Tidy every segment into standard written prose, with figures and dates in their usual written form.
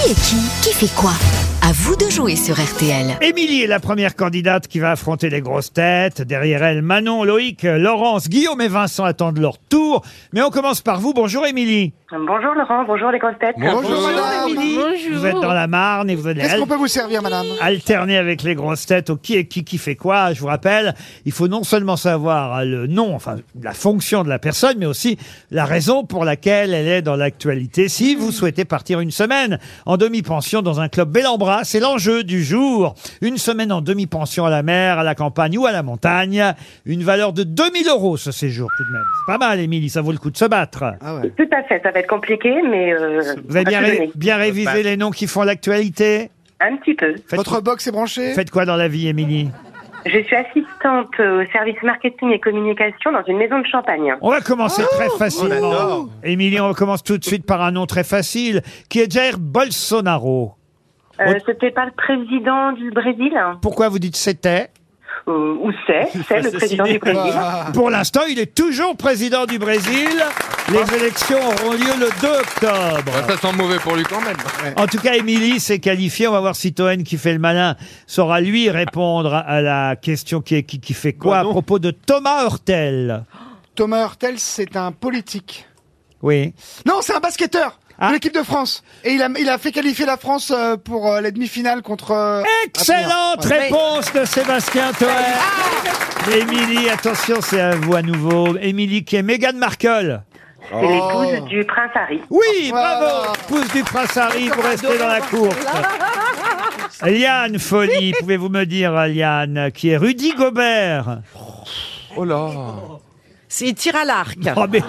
est qui fait quoi? À vous de jouer sur RTL. Émilie est la première candidate qui va affronter les grosses têtes. Derrière elle, Manon, Loïc, Laurence, Guillaume et Vincent attendent leur tour. Mais on commence par vous. Bonjour Émilie. Bonjour Laurent, bonjour les grosses têtes. Bonjour madame. Émilie. Vous êtes dans la Marne et vous allez Qu'est-ce qu'on peut vous servir madame? alterner avec les grosses têtes au qui est qui fait quoi. Je vous rappelle, il faut non seulement savoir le nom, enfin la fonction de la personne, mais aussi la raison pour laquelle elle est dans l'actualité. Si vous souhaitez partir une semaine en demi-pension dans un club bel en bras, c'est l'enjeu du jour. Une semaine en demi-pension à la mer, à la campagne ou à la montagne. Une valeur de 2000 € ce séjour tout de même. C'est pas mal Émilie, ça vaut le coup de se battre. Ah ouais. Tout à fait, ça va être compliqué, mais... Vous avez on va tout donner. bien révisé les noms qui font l'actualité? Un petit peu. Votre box est branché? Faites quoi dans la vie Émilie? Je suis assistante au service marketing et communication dans une maison de champagne. On va commencer très facilement. adore. Émilie, on commence tout de suite par un nom très facile, qui est Jair Bolsonaro. C'était pas le président du Brésil Pourquoi vous dites c'était? Ou c'est le président du Brésil. Pour l'instant, il est toujours président du Brésil. Les élections auront lieu le 2 octobre. Ça sent mauvais pour lui quand même. En tout cas, Émilie s'est qualifiée. On va voir si Toen, qui fait le malin, saura lui répondre à la question qui est qui fait quoi à propos de Thomas Hurtel. Thomas Hurtel, c'est un politique. Oui. Non, c'est un basketteur Ah. de l'équipe de France. Et il a fait qualifier la France pour les demi-finales contre... Excellente réponse de Sébastien Toen. Émilie, attention, c'est à vous à nouveau. Émilie qui est Meghan Markle. C'est l'épouse du prince Harry. Oui, bravo. Pouce du prince Harry, vous restez dans la course. Liane Folly, pouvez-vous me dire, Liane, qui est Rudy Gobert? Oh là. C'est il tire à l'arc. Oh, mais,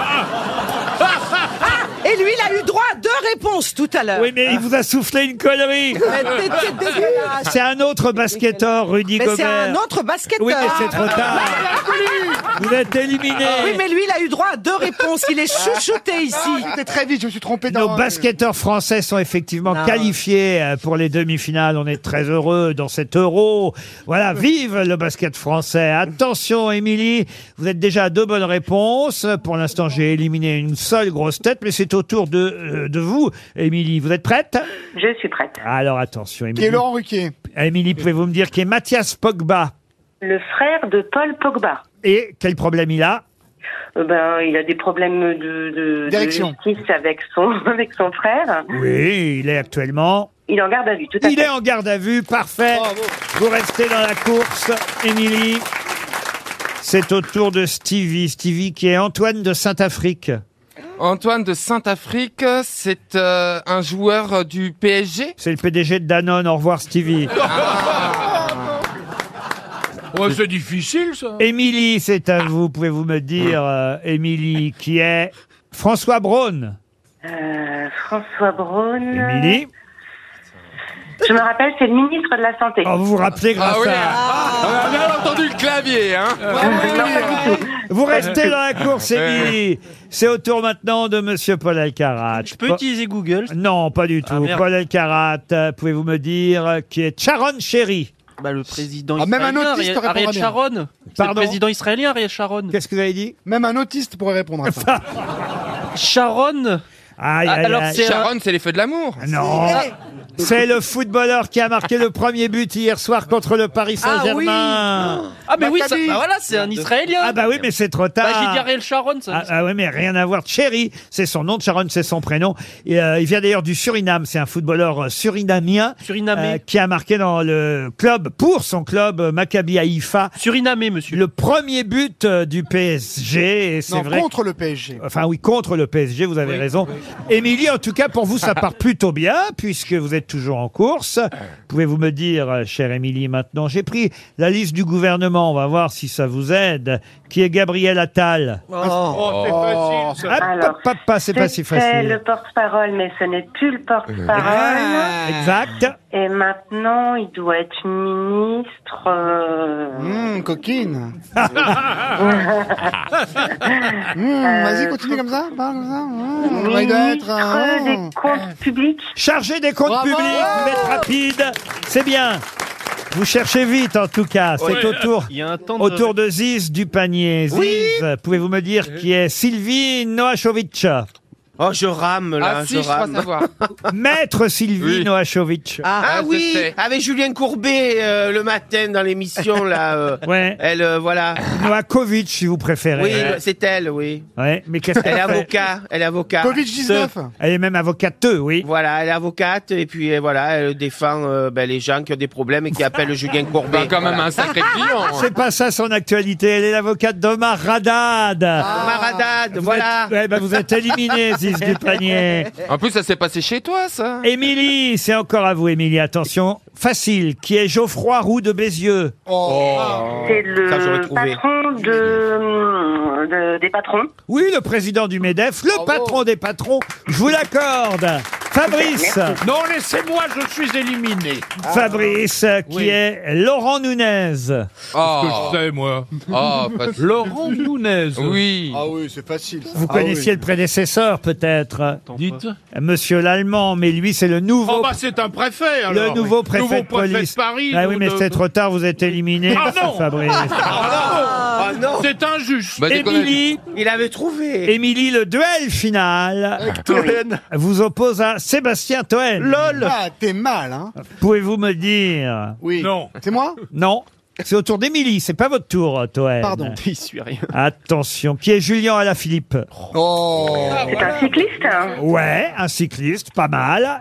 Et lui, il a eu droit à 2 réponses tout à l'heure. oui, mais il vous a soufflé une connerie. Mais t'es dégueulasse. C'est un autre basketteur, Rudy Mais Gobert. c'est un autre basketteur. Oui, mais c'est trop tard. Vous êtes éliminé. Oui, mais lui, il a eu droit à 2 réponses. Il est chouchouté ici. C'était très vite, je me suis trompé dans... Nos basketteurs français sont effectivement Non. qualifiés pour les demi-finales. On est très heureux dans cet Euro. Voilà, vive le basket français. Attention, Émilie, vous êtes déjà à 2 bonnes réponses. Pour l'instant, j'ai éliminé une seule grosse tête, mais c'est au tour de vous, Émilie. Vous êtes prête? Je suis prête. Alors attention, Qui est Émilie. Laurent Ruquier. Émilie, pouvez-vous me dire qui est Mathias Pogba? Le frère de Paul Pogba. Et quel problème il a? Il a des problèmes de D'érection. justice avec son frère. Oui, il est actuellement... Il est en garde à vue, tout à Il fait. est en garde à vue, parfait. Vous restez dans la course, Émilie. C'est au tour de Stevie. Stevie qui est Antoine de Saint-Afrique. Antoine de Saint-Afrique, c'est un joueur du PSG. C'est le PDG de Danone. Au revoir, Stevie. Ouais, c'est difficile, ça. Émilie, c'est à vous. Pouvez-vous me dire, Émilie, qui est François Braun? François Braun. Émilie? Je me rappelle, c'est le ministre de la Santé. Oh, vous vous rappelez grâce Ah oui. à... On a bien entendu le clavier, hein. Vous restez dans la course, Émilie. C'est au tour maintenant de Monsieur Paul Alcarat. Je peux utiliser Google? Non, pas du tout. Ah, merde. Paul Alcarat, pouvez-vous me dire qui est Sharon Cherry? Bah, le président Ah, même un israélien, autiste répondra Ariel bien. Sharon. C'est le Pardon président israélien, Ariel Sharon. Qu'est-ce que vous avez dit? Même un autiste pourrait répondre à ça. Sharon. Aïe, aïe, Alors, aïe. c'est Sharon, c'est les feux de l'amour. Non, c'est le footballeur qui a marqué le premier but hier soir contre le Paris Saint-Germain. Ah, mais oui, Maccabi. bah voilà, c'est un israélien. Ah bah oui, mais c'est trop tard. Bah, j'ai dit Ariel Sharon, ça. Ah oui, mais rien à voir. Cherry, c'est son nom. Sharon, c'est son prénom. Et, il vient d'ailleurs du Suriname. C'est un footballeur surinamien Surinamé. qui a marqué dans le club, pour son club Maccabi Haïfa, Surinamé, monsieur. le premier but du PSG. Et c'est Non, vrai. contre le PSG. Enfin oui, contre le PSG, vous avez raison. Émilie, en tout cas, pour vous, ça part plutôt bien, puisque vous êtes toujours en course. Pouvez-vous me dire, chère Émilie, maintenant, j'ai pris la liste du gouvernement, on va voir si ça vous aide, qui est Gabriel Attal. Oh. c'est facile, ça. Ah, Alors, c'est pas si C'était facile. le porte-parole, mais ce n'est plus le porte-parole. Exact. Et maintenant, il doit être ministre... Coquine. Vas-y, continue comme ça. Parle comme ça. Il doit être... Ministre des comptes publics. Chargé des comptes Bravo. publics, vous êtes rapide, c'est bien. Vous cherchez vite, en tout cas. C'est Il y a un temps de... autour de Ziz du panier. Ziz, pouvez-vous me dire qui est Sylvie Noachovic? Oh, je rame, là, Ah si, je crois rame. savoir. Maître Sylvie Oui. Noachovic. Ah je oui, sais. avec Julien Courbet, le matin, dans l'émission, là. Ouais. Elle, voilà. Noakovic, si vous préférez. Oui, c'est elle, oui. Ouais, mais qu'est-ce Elle est qu'elle fait? avocat, elle est avocat. Covid-19. Elle est même avocate, oui. Voilà, elle est avocate, et puis voilà, elle défend les gens qui ont des problèmes et qui appellent Julien Courbet. Ben, quand même un sacré client. hein. C'est pas ça son actualité. Elle est l'avocate d'Omar Haddad. Omar Haddad, voilà. Vous êtes éliminé, Ziz du panier. En plus, ça s'est passé chez toi, ça. Émilie, c'est encore à vous, Émilie. Attention, facile. Qui est Geoffroy Roux de Bézieux? C'est Ça, j'aurais le trouvé. patron des patrons. Oui, le président du MEDEF, le patron des patrons. Je vous l'accorde. Fabrice. Non, laissez-moi, je suis éliminé. Fabrice, qui est Laurent Nunez. Oh, Je sais, moi. oh, Laurent Nunez. Oui. Ah oui, c'est facile. Vous connaissiez le prédécesseur, peut-être. Dites. Monsieur l'Allemand, mais lui, c'est le nouveau... Oh, bah, c'est un préfet, alors. Le nouveau préfet de police. Paris. Ah oui, mais c'est trop tard, vous êtes éliminé, Ah monsieur non. Fabrice. Oh non, C'est injuste. Bah, déconne. Émilie, il avait trouvé. Émilie, le duel final vous oppose à Sébastien Toen. LOL. Ah, t'es mal, hein. Pouvez-vous me dire? Oui. Non. C'est moi? Non. C'est au tour d'Émilie, c'est pas votre tour, Toen. Pardon. Il suit rien. Attention, qui est Julien Alaphilippe? Oh. C'est un cycliste. Ouais, un cycliste, pas mal.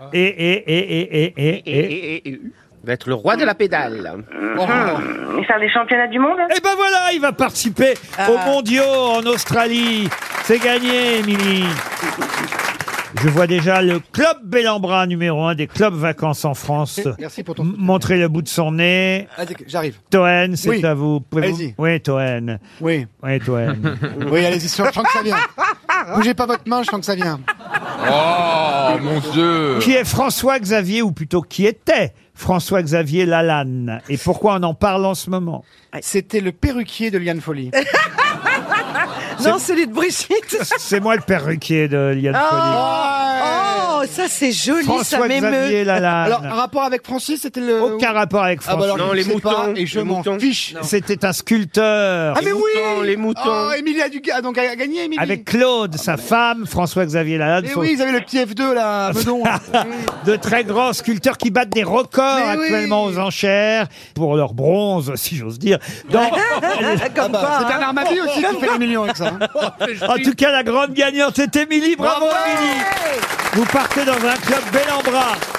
Et. Il va être le roi de la pédale. Il fait des championnats du monde. Et ben voilà, il va participer aux mondiaux en Australie. C'est gagné, Émilie. Je vois déjà le club Bellambra, numéro 1 des clubs vacances en France. Merci pour ton. Montrer le bout de son nez. Vas-y, j'arrive. Toen, c'est Oui. à vous. Allez-y. Oui, Toen. Oui. Oui, Toen. Oui, allez-y, je sens que ça vient. Bougez pas votre main, je sens que ça vient. Oh, mon Dieu. Qui est François-Xavier, ou plutôt qui était François-Xavier Lalanne? Et pourquoi on en parle en ce moment? C'était le perruquier de Liane Folly. Non, c'est lui de Brigitte. C'est moi le perruquier de Liane Oh, ça c'est joli, Folly. ça m'émeut. François-Xavier Lalanne. Alors, un rapport avec Francis, c'était le. Aucun rapport avec Ah bah François. alors, Non, je les sais moutons, pas, et je les m'en moutons. fiche. C'était un sculpteur. Ah mais oui. Les moutons. Oh, Émilie donc a gagné, Émilie. Avec Claude, sa femme, François-Xavier Lalanne, Mais sont oui, ils avaient le petit F2 là, Meudon. de très grands sculpteurs qui battent des records Mais oui. actuellement aux enchères pour leur bronze, si j'ose dire. Dans- Comme quoi, C'est hein. Bernard Mabie aussi qui fait les millions avec ça. hein. En tout cas, la grande gagnante est Émilie. Bravo, Émilie. Vous partez dans un club Bellambra.